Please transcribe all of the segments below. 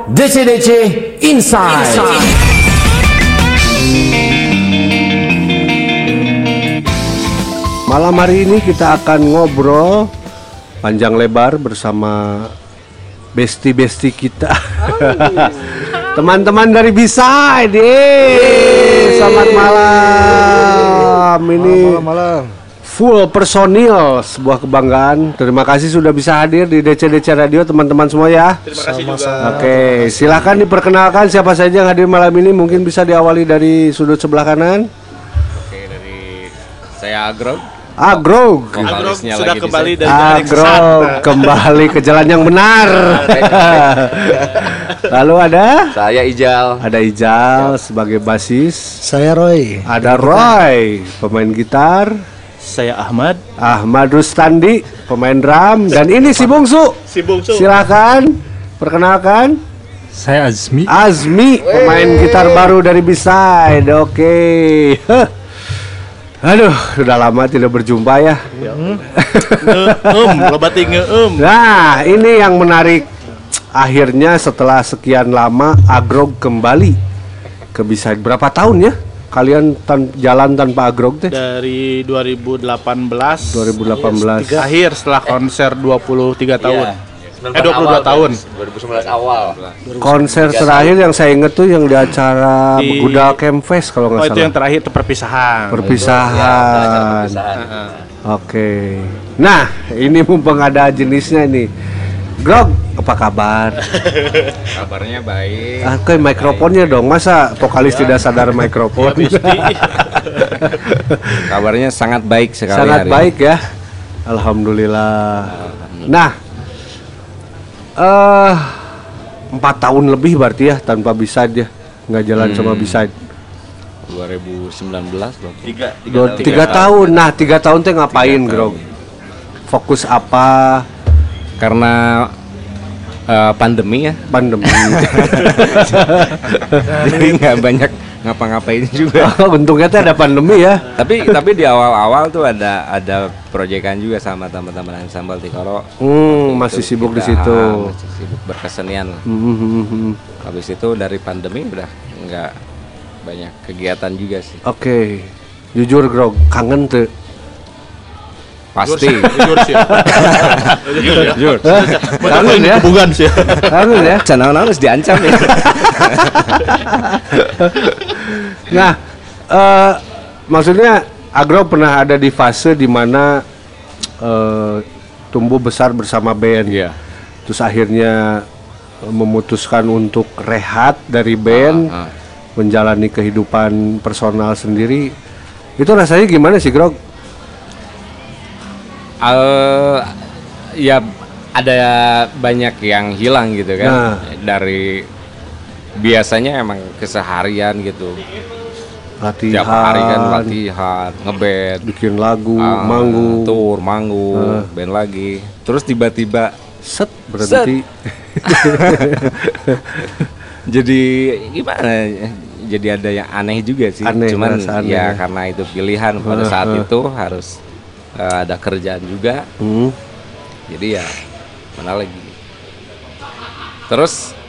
DC Inside. Malam hari ini kita akan ngobrol panjang lebar bersama besti-besti kita. Teman-teman dari B-Side. Selamat malam. Ini malam. Full personil, sebuah kebanggaan. Terima kasih sudah bisa hadir di DC Radio teman-teman semua ya. Terima kasih juga. Oke, silahkan diperkenalkan siapa saja yang hadir malam ini. Mungkin bisa diawali dari sudut sebelah kanan. Oke, dari saya Agrog. Agrog Sudah kembali dari Agrog kembali ke jalan yang benar. Lalu ada Saya Ijal. Ada Ijal sebagai basis. Saya Roy. Ada Roy pemain gitar. Saya Ahmad. Ahmad Rustandi pemain drum. Dan ini si Bungsu. Silakan perkenalkan. Saya Azmi. Azmi pemain gitar baru dari B-Side. Oke. Aduh, sudah lama tidak berjumpa ya. Nah, ini yang menarik. Akhirnya setelah sekian lama Agrog kembali ke B-Side. Berapa tahun ya kalian jalan tanpa Agrog teh? Dari 2018 Akhir setelah konser 23 tahun. 22 tahun. 2019 awal. konser terakhir yang saya inget tuh yang di acara Di- Gudal Camp Fest kalau nggak itu salah. yang terakhir itu perpisahan. Perpisahan. Oke. Nah, ini mumpung ada jenisnya nih. Grog, apa kabar? Kabarnya baik. Oke, mikrofonnya dong. Masa vokalis tidak sadar mikrofon? Kabarnya sangat baik sekali. Sangat hari baik ya. Alhamdulillah. Nah, 4 tahun lebih berarti ya tanpa B-Side ya. Nggak jalan sama B-Side. 2019 loh. 3 tahun. Nah, 3 tahun teh ngapain, Grog? Fokus apa? Karena pandemi ya. Pandemi. Jadi nggak banyak ngapa-ngapain juga. Untungnya tuh ada pandemi ya. tapi di awal-awal tuh ada proyekan juga sama teman-teman ensemble Tikoro. Masih Itu sibuk di kita, situ. masih sibuk berkesenian. Hmm. Habis itu dari pandemi udah nggak banyak kegiatan juga sih. Oke. Jujur, Grog, kangen tuh. Pasti. Jujur sih. Jujur. Kangen ya? Bukan sih. Kangen ya? Channel harus diancam ya. Nah, maksudnya Agro pernah ada di fase di mana tumbuh besar bersama band. Iya. Terus akhirnya memutuskan untuk rehat dari band, menjalani kehidupan personal sendiri. Itu rasanya gimana sih, Grog? Ya ada banyak yang hilang gitu kan. Nah. Dari biasanya emang keseharian gitu. Latihan, Tiap hari kan latihan, ngeband, bikin lagu, manggung, tour, manggung, band lagi. Terus tiba-tiba set berhenti. jadi gimana? Jadi ada yang aneh juga sih. Aneh, Cuman merasa aneh ya ya. karena itu pilihan pada saat itu harus ada kerjaan juga. Jadi ya mana lagi. Terus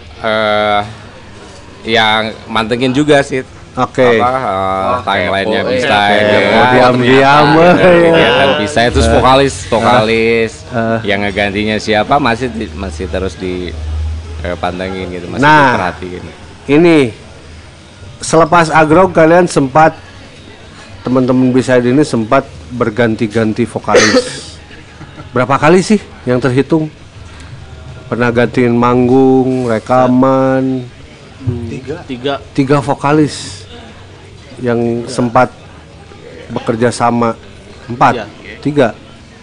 yang mantengin juga sih. Oke. Timeline-nya bisa diam-diam. kegiatan bisa terus vokalis yang ngegantinya siapa masih terus dipantengin gitu, masih Nah. diperhatiin. Ini selepas Agrog kalian sempat teman-teman B-Side ini sempat berganti-ganti vokalis. Berapa kali sih yang terhitung? Pernah gantiin manggung, rekaman. 3 vokalis yang sempat bekerja sama. 4, 3.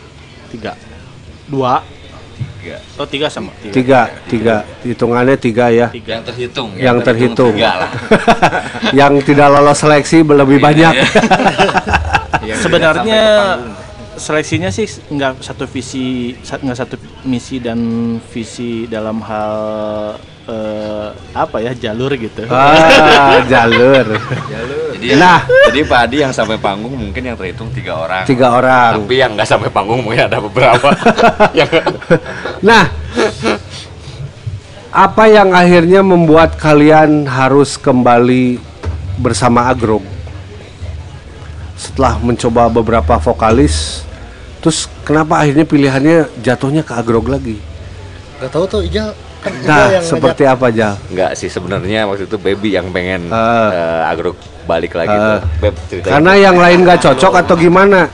2. Oh, 3 sama. 3. Hitungannya 3 ya. Yang terhitung. Yang terhitung. Yang tidak lolos seleksi lebih banyak. Sebenarnya seleksinya sih nggak satu misi dan visi dalam hal jalur gitu. Jalur. Jadi Pak Adi yang sampai panggung mungkin yang terhitung 3 orang. 3 orang. Tapi yang nggak sampai panggung mungkin ada beberapa. Nah, Apa yang akhirnya membuat kalian harus kembali bersama Agrog? Setelah mencoba beberapa vokalis, terus kenapa akhirnya pilihannya jatuhnya ke Agrog lagi? Gak tahu tuh Ijal. Kan Nah, seperti apa Jal? Enggak sih, sebenarnya waktu itu Baby yang pengen Agrog balik lagi tuh. Beb, ceritain. Karena yang lain gak cocok atau gimana?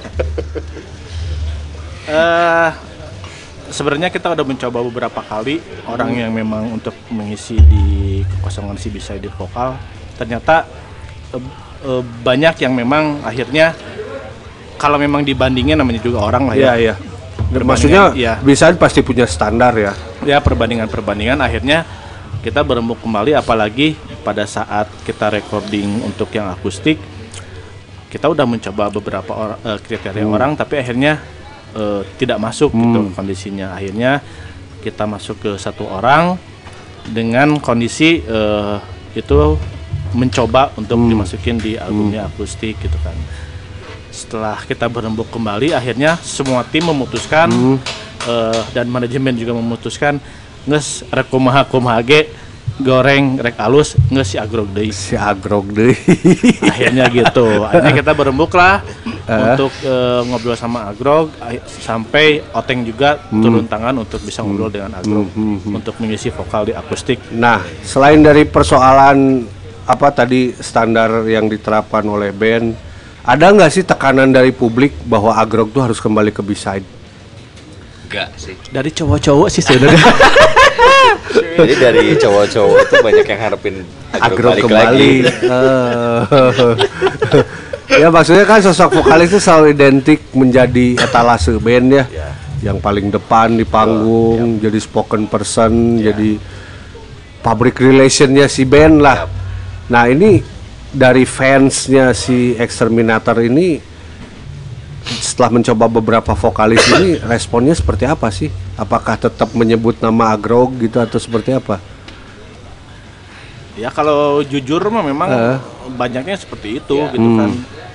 Sebenarnya kita udah mencoba beberapa kali orang yang memang untuk mengisi di kekosongan si bisa di vokal. Ternyata banyak yang memang akhirnya kalau memang dibandingin namanya juga orang lah ya. Iya. Maksudnya ya. bisa pasti punya standar ya. Ya perbandingan akhirnya kita berembuk kembali, apalagi pada saat kita recording untuk yang akustik kita udah mencoba beberapa kriteria orang tapi akhirnya tidak masuk gitu kondisinya. Akhirnya kita masuk ke satu orang dengan kondisi itu mencoba untuk dimasukin di albumnya akustik gitu kan. Setelah kita berembuk kembali akhirnya semua tim memutuskan dan manajemen juga memutuskan nges rek kumaha ge goreng rek alus nges si Agrog deui. Akhirnya gitu. Akhirnya kita berembuk lah untuk ngobrol sama Agrog sampai Oteng juga turun tangan untuk bisa ngobrol dengan Agrog untuk mengisi vokal di akustik. Nah, selain dari persoalan apa tadi standar yang diterapkan oleh band, ada nggak sih tekanan dari publik bahwa Agrog tuh harus kembali ke B-side? Enggak sih. Dari cowok-cowok sih sebenarnya. Jadi dari cowok-cowok itu banyak yang harapin Agrog balik lagi. Ya maksudnya kan sosok vokalis itu selalu identik menjadi etalase band ya. Yang paling depan di panggung, jadi spoken person, jadi public relationnya si band lah. Nah ini dari fansnya si Exterminator ini setelah mencoba beberapa vokalis ini responnya seperti apa sih? Apakah tetap menyebut nama Agrog gitu atau seperti apa? Ya kalau jujur mah memang banyaknya seperti itu gitu kan.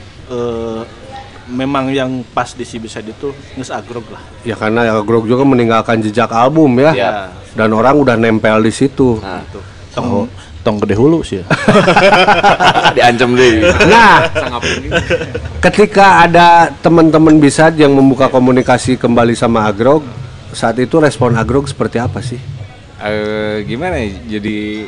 Memang yang pas di Sibiside itu nges Agrog lah. Ya karena Agrog juga meninggalkan jejak album ya. Dan orang udah nempel di situ. Nah, tong gede hulu sih ya. Diancam deh. Nah, ketika ada teman-teman bisa yang membuka komunikasi kembali sama Agrog, saat itu respon Agrog seperti apa sih? Gimana ya? Jadi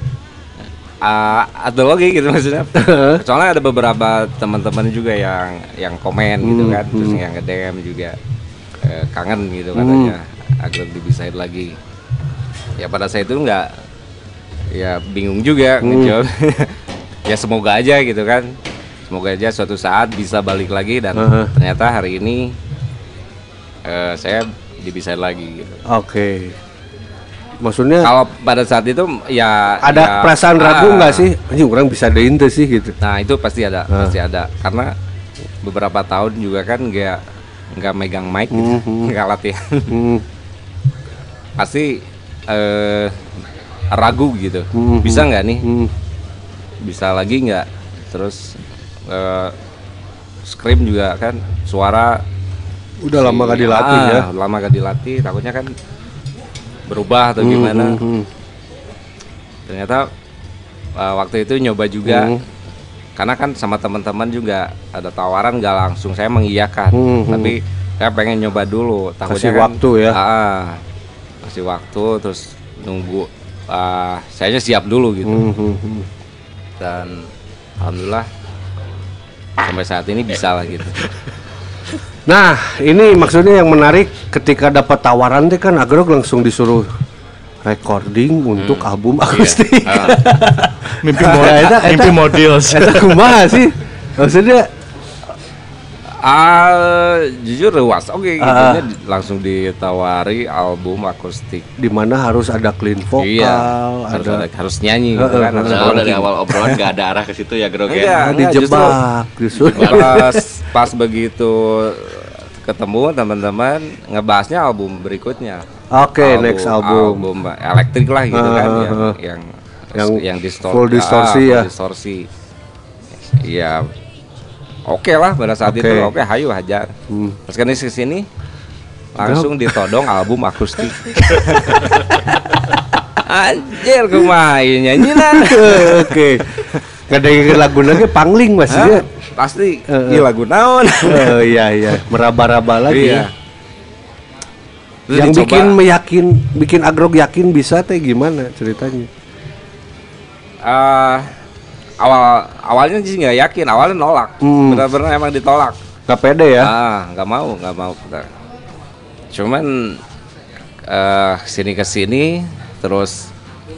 antologi gitu maksudnya. Soalnya ada beberapa teman-teman juga yang komen gitu kan, terus yang nge-DM juga kangen gitu katanya Agrog di B-side lagi. Ya pada saat itu enggak, ya bingung juga ngejawab. Ya semoga aja gitu kan, semoga aja suatu saat bisa balik lagi dan ternyata hari ini saya di B-side lagi gitu. Oke. Maksudnya kalau pada saat itu ya ada perasaan ragu nggak sih? Anjing orang bisa dein tuh sih gitu. Nah itu pasti ada, pasti ada. Karena beberapa tahun juga kan nggak megang mic gitu, nggak latihan. Pasti ragu gitu. Bisa nggak nih? Bisa lagi nggak? Terus scream juga kan, suara udah lama gak dilatih ya. Lama gak dilatih, takutnya kan berubah atau gimana. Ternyata waktu itu nyoba juga. Karena kan sama teman-teman juga ada tawaran, gak langsung saya mengiyakan. Tapi saya pengen nyoba dulu. Kasih kan, waktu ya. Kasih waktu terus nunggu saya siap dulu gitu. Dan alhamdulillah sampai saat ini bisa lah gitu. Nah, ini maksudnya yang menarik ketika dapat tawaran itu kan Agrog langsung disuruh recording untuk album akustik. Mimpi model. Eta kumaha sih? Maksudnya jujur luas. Oke, gitu langsung ditawari album akustik di mana harus ada clean vokal, harus nyanyi gitu kan. Dari awal obrolan enggak ada arah ke situ ya, Grog ya. Dijebak justru. Pas begitu ketemu teman-teman ngebahasnya album berikutnya. Oke, next album elektrik lah gitu kan yang distorsi, full distorsi ya. Distorsi. Iya. Oke lah pada saat itu. Oke, hayu hajar. Terus kan di sini langsung ditodong album akustik. Anjir kumaha ieu nyanyinan. Oke. Ngedengerin lagu lagi pangling maksudnya. Pasti ini lagu naon. Oh iya, meraba-raba lagi. Iya. Terus Yang dicoba, bikin Agrog yakin bisa teh gimana ceritanya? awalnya sih nggak yakin, awalnya nolak. Benar-benar emang ditolak. Gak pede ya? Nggak mau. Cuman sini ke sini terus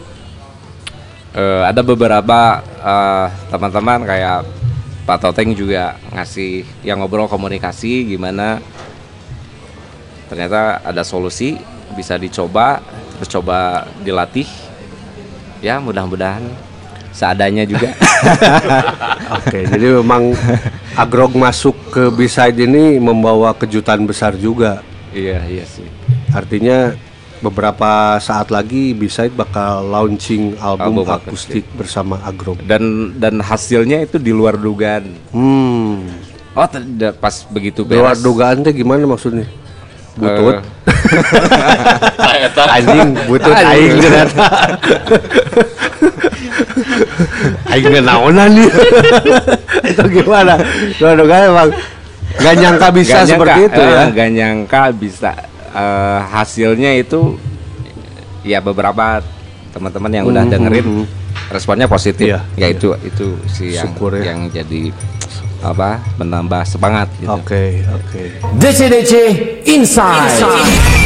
ada beberapa teman-teman kayak Pak Toteng juga ngasih yang ngobrol komunikasi gimana. Ternyata ada solusi, bisa dicoba, terus coba dilatih. Ya mudah-mudahan seadanya juga. Oke, jadi memang Agrog masuk ke B-side ini membawa kejutan besar juga. Iya sih. Artinya beberapa saat lagi B-side bakal launching album akustik bersama Agrog. Dan hasilnya itu di luar dugaan. Oh, pas begitu Di luar beres. dugaan teh gimana maksudnya? Butut. Anjing butut aing ternyata. Aing naonan nih. Itu gimana? Dugaan emang gak nyangka bisa seperti itu ya. Gak nyangka bisa. Hasilnya itu ya beberapa teman-teman yang udah dengerin responnya positif. Iya, ya itu sih yang jadi menambah semangat gitu. Oke. DC Inside.